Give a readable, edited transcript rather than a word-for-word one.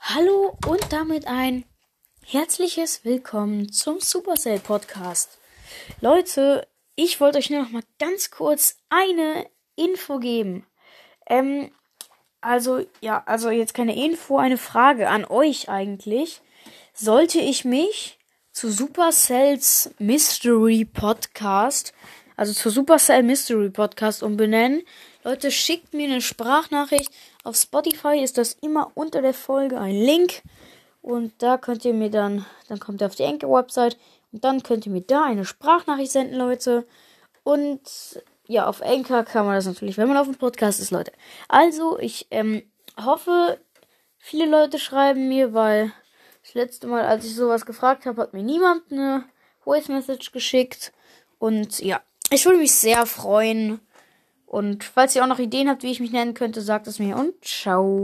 Hallo und damit ein herzliches Willkommen zum Supercell Podcast. Leute, ich wollte euch nur noch mal ganz kurz eine Info geben. Also jetzt keine Info, eine Frage an euch eigentlich. Sollte ich mich zu Supercells Mystery Podcast, also zu Supercell Mystery Podcast umbenennen? Leute, schickt mir eine Sprachnachricht. Auf Spotify ist das immer unter der Folge ein Link. Und da könnt ihr mir dann kommt ihr auf die Anchor-Website. Und dann könnt ihr mir da eine Sprachnachricht senden, Leute. Und ja, auf Anchor kann man das natürlich, wenn man auf dem Podcast ist, Leute. Also, ich hoffe, viele Leute schreiben mir, weil das letzte Mal, als ich sowas gefragt habe, hat mir niemand eine Voice Message geschickt. Und ja, ich würde mich sehr freuen. Und falls ihr auch noch Ideen habt, wie ich mich nennen könnte, sagt es mir und ciao.